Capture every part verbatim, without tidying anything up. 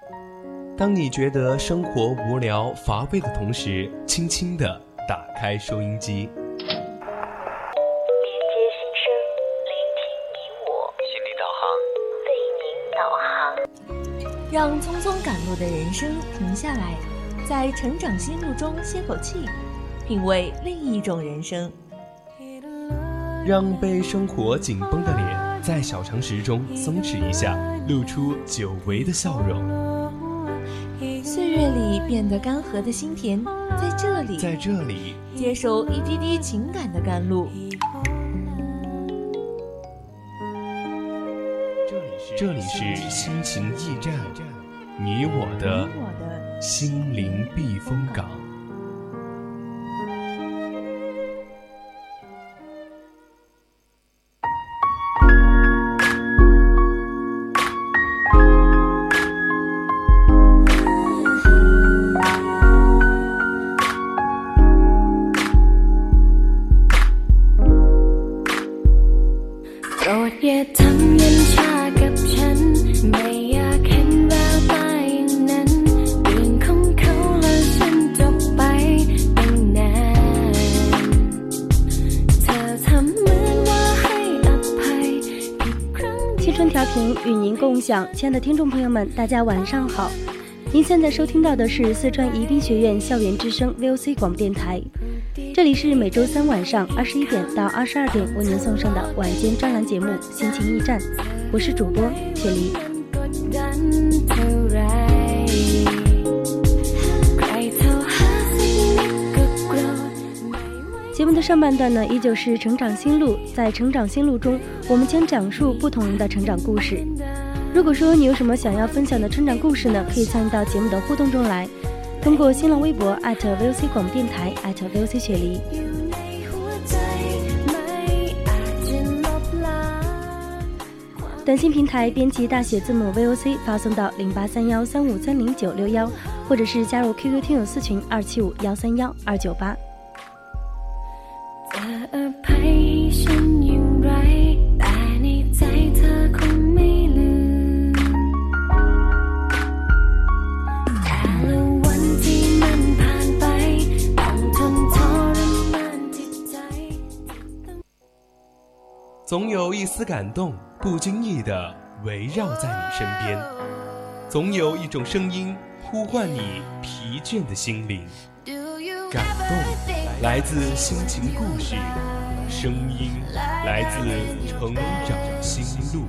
当你觉得生活无聊乏味的同时，轻轻地打开收音机， 连接心声，聆听你我， 心理导航，为您导航，让匆匆赶路的人生停下来，在成长心路中歇口气，品味另一种人生。 让被生活紧绷的脸在小常识中松弛一下，露出久违的笑容。 岁月里变得干涸的心田，在这里， 在这里接受一滴滴情感的甘露。 这里是心情驿站，你我的心灵避风港。 与您共享，亲爱的听众朋友们，大家晚上好。您现在收听到的是四川宜宾学院校园之声 V O C 广播电台，这里是每周三晚上二十一点到二十二点为您送上的晚间专栏节目《心情驿站》，我是主播雪梨。节目的上半段呢，依旧是成长心路。在成长心路中，我们将讲述不同人的成长故事。如果说你有什么想要分享的成长故事呢，可以参与到节目的互动中来，通过新浪微博 at V O C 广播电台 at V O C 雪梨，短信平台编辑大写字母 V O C 发送到零八三幺三五三零九六幺，或者是加入 Q Q 听友私群二七五幺三幺二九八。 总有一丝感动不经意地围绕在你身边，总有一种声音呼唤你疲倦的心灵。感动来自心情故事，声音来自成长心路。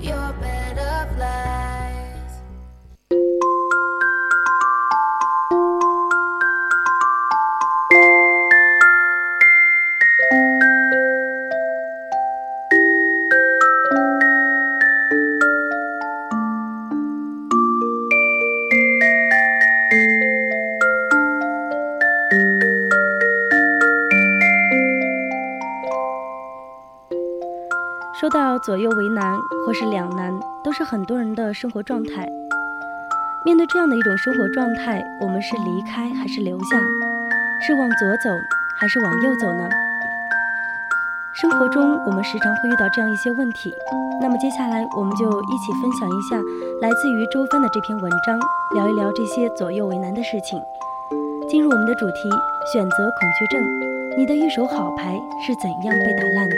说到左右为难或是两难，都是很多人的生活状态。面对这样的一种生活状态，我们是离开还是留下？是往左走还是往右走呢？生活中我们时常会遇到这样一些问题，那么接下来我们就一起分享一下来自于周帆的这篇文章，聊一聊这些左右为难的事情。进入我们的主题，选择恐惧症，你的一手好牌是怎样被打烂的？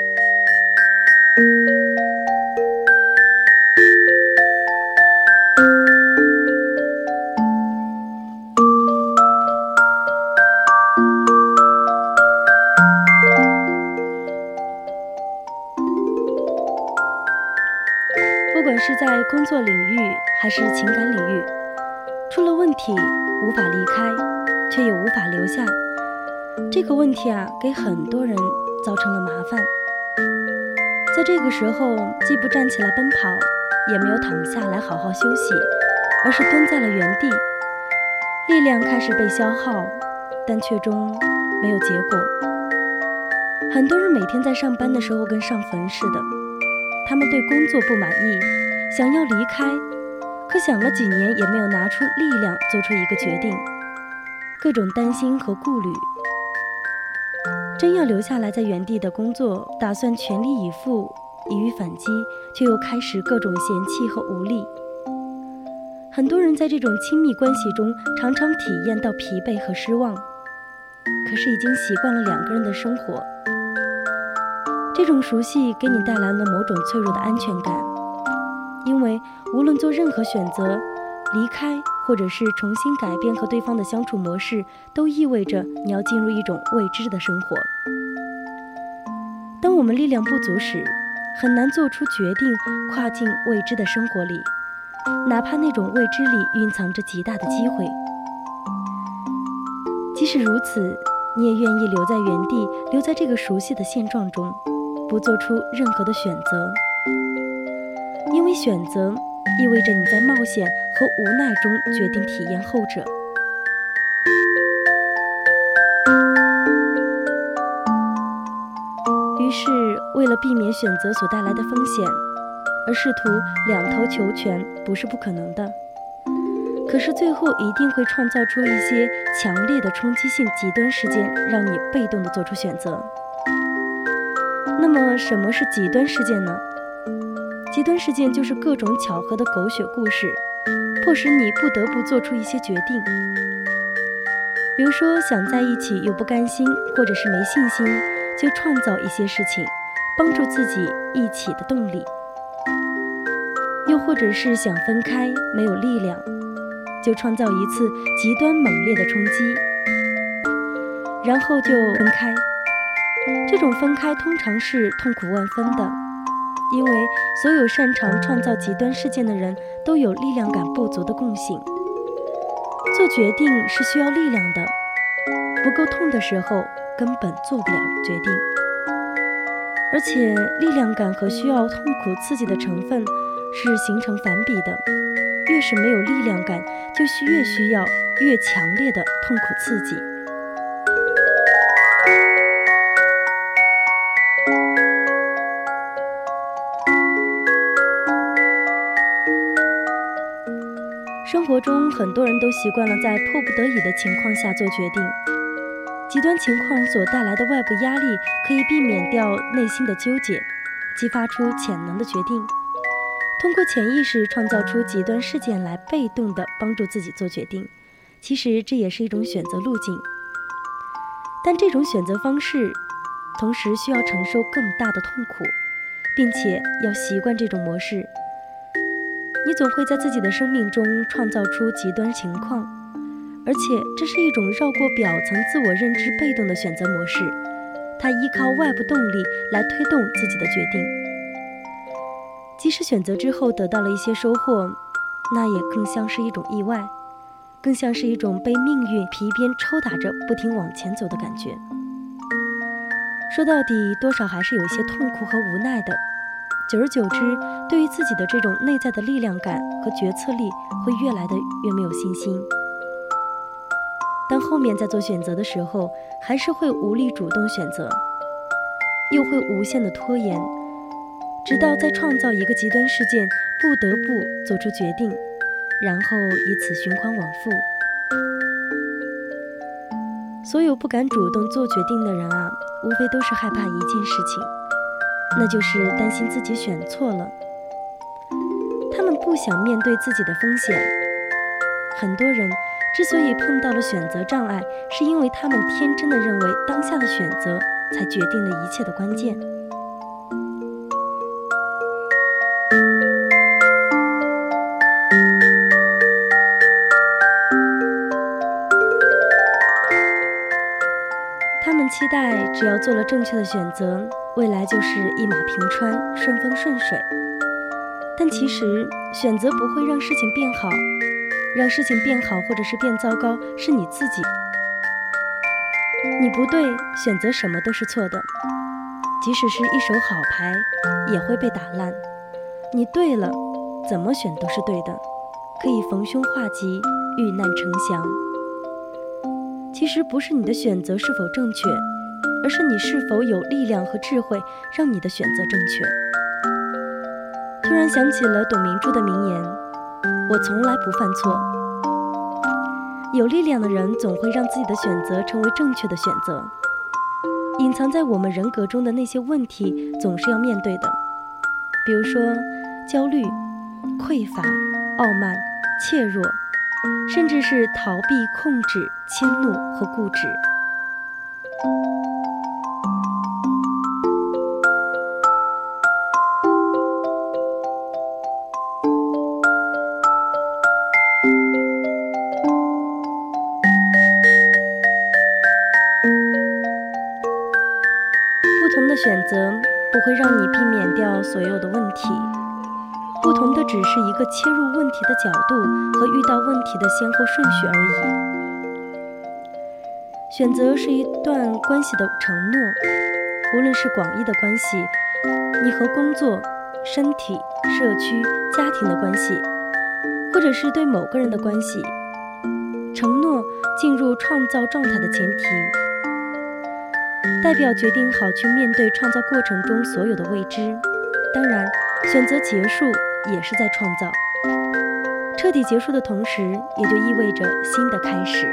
不管是在工作领域还是情感领域，出了问题无法离开，却又无法留下，这个问题啊，给很多人造成了麻烦。在这个时候，既不站起来奔跑，也没有躺下来好好休息，而是蹲在了原地，力量开始被消耗，但却终没有结果。很多人每天在上班的时候跟上坟似的，他们对工作不满意，想要离开，可想了几年也没有拿出力量做出一个决定，各种担心和顾虑。真要留下来在原地的工作，打算全力以赴以予反击，却又开始各种嫌弃和无力。 很多人在这种亲密关系中常常体验到疲惫和失望，可是已经习惯了两个人的生活。这种熟悉给你带来了某种脆弱的安全感，因为无论做任何选择，离开或者是重新改变和对方的相处模式，都意味着你要进入一种未知的生活。当我们力量不足时，很难做出决定跨进未知的生活里，哪怕那种未知里蕴藏着极大的机会。即使如此，你也愿意留在原地，留在这个熟悉的现状中，不做出任何的选择，因为选择意味着你在冒险和无奈中决定体验后者。于是，为了避免选择所带来的风险，而试图两头求全不是不可能的。可是最后一定会创造出一些强烈的冲击性极端事件，让你被动地做出选择。那么什么是极端事件呢？极端事件就是各种巧合的狗血故事，迫使你不得不做出一些决定。比如说想在一起又不甘心，或者是没信心，就创造一些事情帮助自己一起的动力。又或者是想分开没有力量，就创造一次极端猛烈的冲击，然后就分开。这种分开通常是痛苦万分的，因为所有擅长创造极端事件的人都有力量感不足的共性。做决定是需要力量的，不够痛的时候根本做不了决定。而且力量感和需要痛苦刺激的成分是形成反比的，越是没有力量感，就是越需要越强烈的痛苦刺激。生活中很多人都习惯了在迫不得已的情况下做决定，极端情况所带来的外部压力可以避免掉内心的纠结，激发出潜能的决定，通过潜意识创造出极端事件来被动地帮助自己做决定。其实这也是一种选择路径，但这种选择方式同时需要承受更大的痛苦，并且要习惯这种模式。你总会在自己的生命中创造出极端情况，而且这是一种绕过表层自我认知被动的选择模式，它依靠外部动力来推动自己的决定。即使选择之后得到了一些收获，那也更像是一种意外，更像是一种被命运皮鞭抽打着不停往前走的感觉。说到底，多少还是有一些痛苦和无奈的。久而久之，对于自己的这种内在的力量感和决策力会越来的越没有信心。当后面在做选择的时候，还是会无力主动选择，又会无限的拖延，直到在创造一个极端事件，不得不做出决定，然后以此循环往复。所有不敢主动做决定的人啊，无非都是害怕一件事情，那就是担心自己选错了。他们不想面对自己的风险。很多人之所以碰到了选择障碍，是因为他们天真的认为当下的选择才决定了一切的关键。他们期待只要做了正确的选择，未来就是一马平川，顺风顺水。但其实选择不会让事情变好，让事情变好或者是变糟糕是你自己。你不对，选择什么都是错的，即使是一手好牌也会被打烂。你对了，怎么选都是对的，可以逢凶化吉，遇难成祥。其实不是你的选择是否正确，而是你是否有力量和智慧让你的选择正确。突然想起了董明珠的名言，我从来不犯错。有力量的人总会让自己的选择成为正确的选择。隐藏在我们人格中的那些问题总是要面对的，比如说焦虑、匮乏、傲慢、 怯弱，甚至是逃避、控制、迁怒和固执。不同的选择不会让你避免掉所有的问题，不同的只是一个切入问题的角度和遇到问题的先后顺序而已。选择是一段关系的承诺，无论是广义的关系，你和工作、身体、社区、家庭的关系，或者是对某个人的关系，承诺进入创造状态的前提，代表决定好去面对创造过程中所有的未知。当然，选择结束也是在创造。彻底结束的同时，也就意味着新的开始。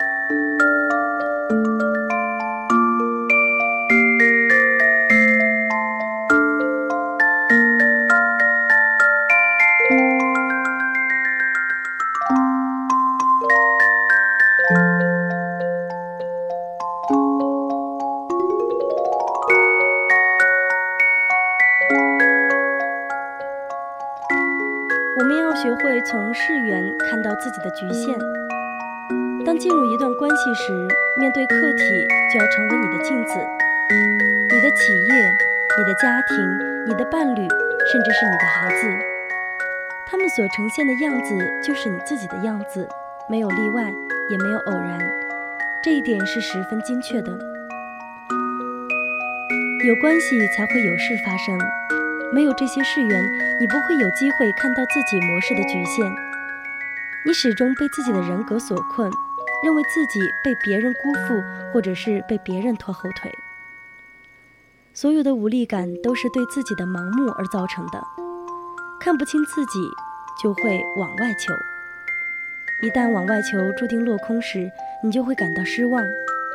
我们要学会从视源看到自己的局限。当进入一段关系时，面对客体就要成为你的镜子。你的企业、你的家庭、你的伴侣，甚至是你的孩子，他们所呈现的样子就是你自己的样子，没有例外，也没有偶然。这一点是十分精确的。有关系才会有事发生，没有这些事源，你不会有机会看到自己模式的局限。你始终被自己的人格所困，认为自己被别人辜负，或者是被别人拖后腿。所有的无力感都是对自己的盲目而造成的，看不清自己就会往外求，一旦往外求注定落空时，你就会感到失望。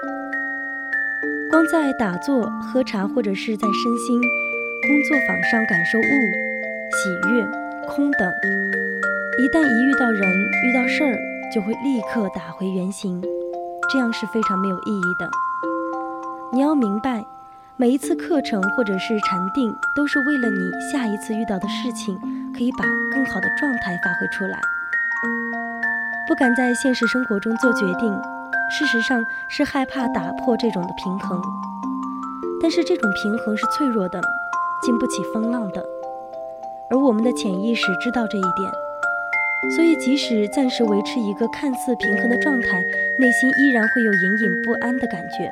光在打坐、喝茶或者是在身心工作坊上感受物、喜悦、空等，一旦一遇到人、遇到事儿，就会立刻打回原形，这样是非常没有意义的。你要明白，每一次课程或者是禅定，都是为了你下一次遇到的事情，可以把更好的状态发挥出来。不敢在现实生活中做决定，事实上是害怕打破这种的平衡。但是这种平衡是脆弱的，经不起风浪的，而我们的潜意识知道这一点，所以即使暂时维持一个看似平衡的状态，内心依然会有隐隐不安的感觉。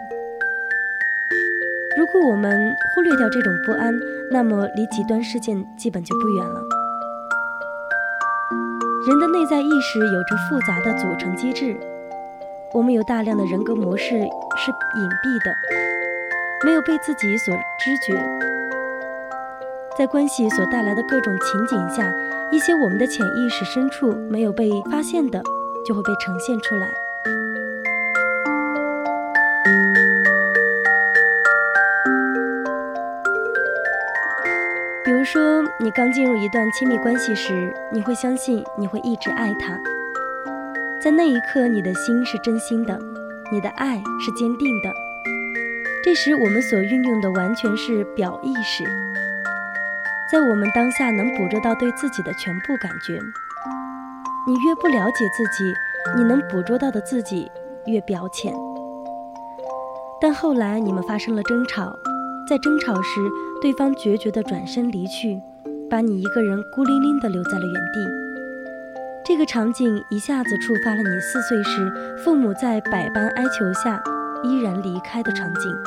如果我们忽略掉这种不安，那么离极端事件基本就不远了。人的内在意识有着复杂的组成机制，我们有大量的人格模式是隐蔽的，没有被自己所知觉。在关系所带来的各种情景下，一些我们的潜意识深处没有被发现的，就会被呈现出来。比如说，你刚进入一段亲密关系时，你会相信你会一直爱他，在那一刻你的心是真心的，你的爱是坚定的。这时我们所运用的完全是表意识，在我们当下能捕捉到对自己的全部感觉。你越不了解自己，你能捕捉到的自己越表浅。但后来你们发生了争吵，在争吵时，对方决绝地转身离去，把你一个人孤零零地留在了原地。这个场景一下子触发了你四岁时父母在百般哀求下依然离开的场景。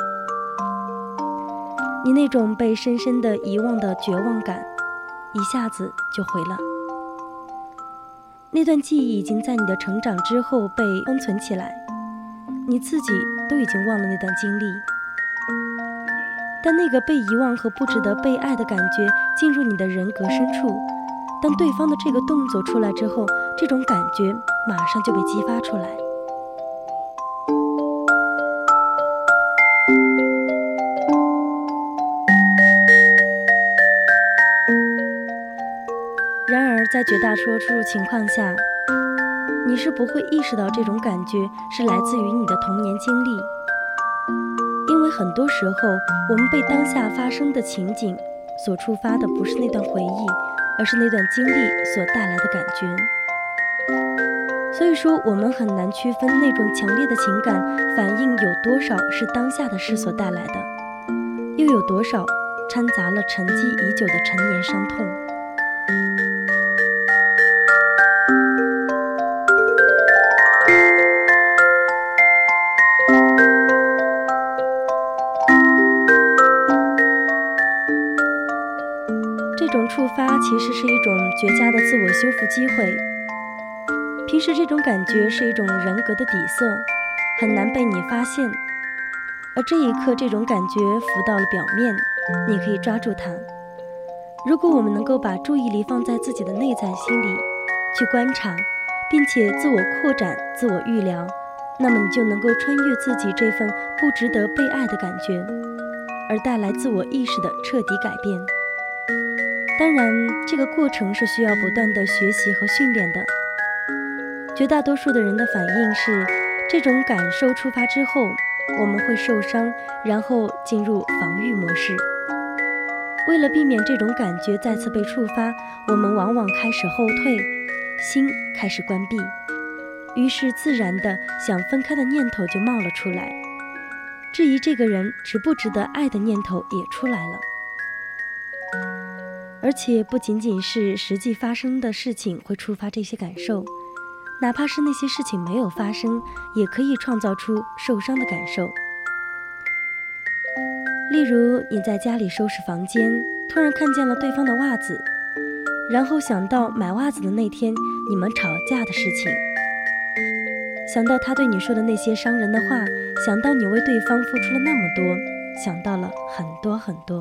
你那种被深深地遗忘的绝望感一下子就回了。那段记忆已经在你的成长之后被封存起来，你自己都已经忘了那段经历。但那个被遗忘和不值得被爱的感觉进入你的人格深处，当对方的这个动作出来之后，这种感觉马上就被激发出来。然而在绝大多数情况下，你是不会意识到这种感觉是来自于你的童年经历，因为很多时候我们被当下发生的情景所触发的不是那段回忆，而是那段经历所带来的感觉。所以说我们很难区分那种强烈的情感反应有多少是当下的事所带来的，又有多少掺杂了沉积已久的陈年伤痛。这种触发其实是一种绝佳的自我修复机会。平时这种感觉是一种人格的底色，很难被你发现，而这一刻这种感觉浮到了表面，你可以抓住它。如果我们能够把注意力放在自己的内在心里去观察，并且自我扩展、自我预疗，那么你就能够穿越自己这份不值得被爱的感觉，而带来自我意识的彻底改变。当然，这个过程是需要不断的学习和训练的。绝大多数的人的反应是，这种感受触发之后，我们会受伤，然后进入防御模式。为了避免这种感觉再次被触发，我们往往开始后退，心开始关闭，于是自然的想分开的念头就冒了出来，质疑这个人值不值得爱的念头也出来了。而且不仅仅是实际发生的事情会触发这些感受，哪怕是那些事情没有发生，也可以创造出受伤的感受。例如你在家里收拾房间，突然看见了对方的袜子，然后想到买袜子的那天你们吵架的事情，想到他对你说的那些伤人的话，想到你为对方付出了那么多，想到了很多很多。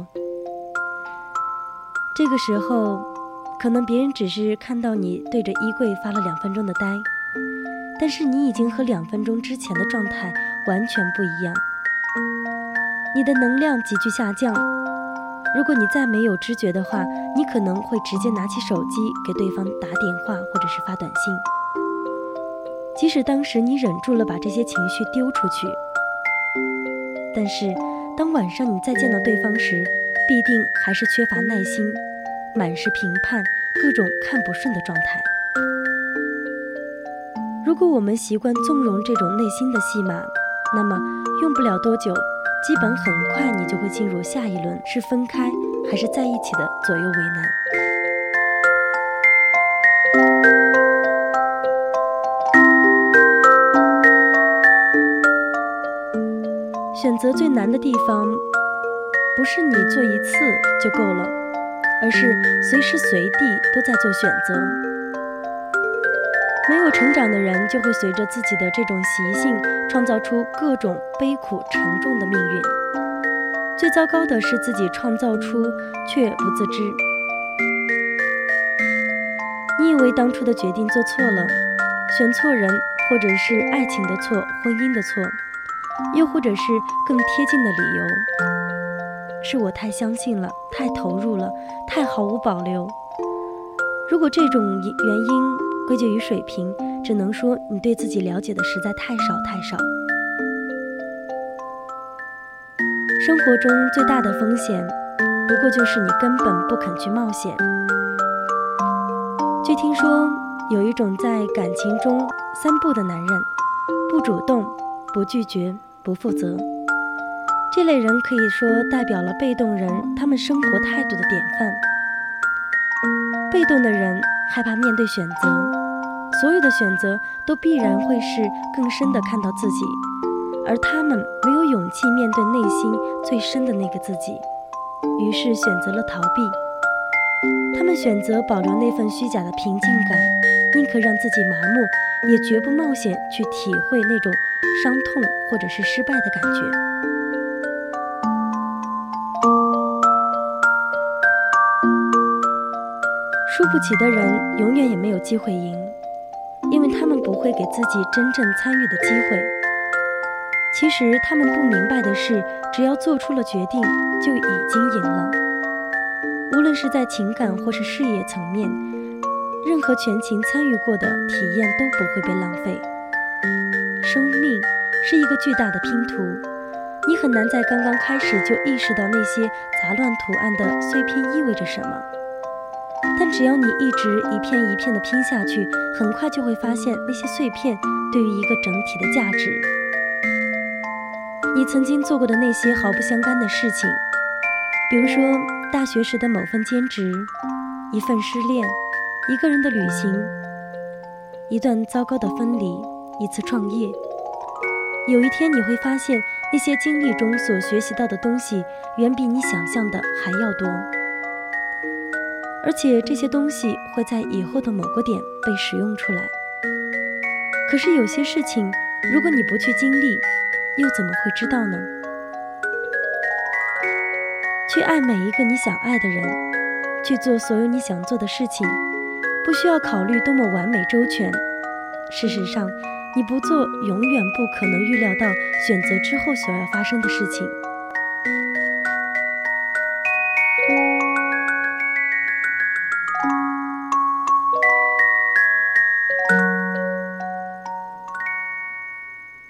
这个时候可能别人只是看到你对着衣柜发了两分钟的呆，但是你已经和两分钟之前的状态完全不一样，你的能量急剧下降。如果你再没有知觉的话，你可能会直接拿起手机给对方打电话或者是发短信，即使当时你忍住了把这些情绪丢出去，但是当晚上你再见到对方时，必定还是缺乏耐心，满是评判，各种看不顺的状态。如果我们习惯纵容这种内心的戏码，那么用不了多久，基本很快你就会进入下一轮是分开还是在一起的左右为难。选择最难的地方，不是你做一次就够了，而是随时随地都在做选择。没有成长的人就会随着自己的这种习性创造出各种悲苦沉重的命运，最糟糕的是自己创造出却不自知。你以为当初的决定做错了，选错人，或者是爱情的错，婚姻的错，又或者是更贴近的理由，是我太相信了，太投入了，太毫无保留。如果这种原因归结于水平，只能说你对自己了解的实在太少太少。生活中最大的风险，不过就是你根本不肯去冒险。据听说，有一种在感情中三不的男人：不主动、不拒绝、不负责。这类人可以说代表了被动人他们生活态度的典范。被动的人害怕面对选择，所有的选择都必然会是更深的看到自己，而他们没有勇气面对内心最深的那个自己，于是选择了逃避。他们选择保留那份虚假的平静感，宁可让自己麻木，也绝不冒险去体会那种伤痛或者是失败的感觉。输不起的人永远也没有机会赢，因为他们不会给自己真正参与的机会。其实他们不明白的是，只要做出了决定，就已经赢了。无论是在情感或是事业层面， 任何全情参与过的体验都不会被浪费。生命是一个巨大的拼图，你很难在刚刚开始就意识到那些杂乱图案的碎片意味着什么，但只要你一直一片一片地拼下去，很快就会发现那些碎片对于一个整体的价值。你曾经做过的那些毫不相干的事情，比如说大学时的某份兼职，一份失恋，一个人的旅行，一段糟糕的分离，一次创业。有一天你会发现，那些经历中所学习到的东西远比你想象的还要多，而且这些东西会在以后的某个点被使用出来。可是有些事情，如果你不去经历，又怎么会知道呢？去爱每一个你想爱的人，去做所有你想做的事情，不需要考虑多么完美周全。事实上，你不做，永远不可能预料到选择之后所要发生的事情。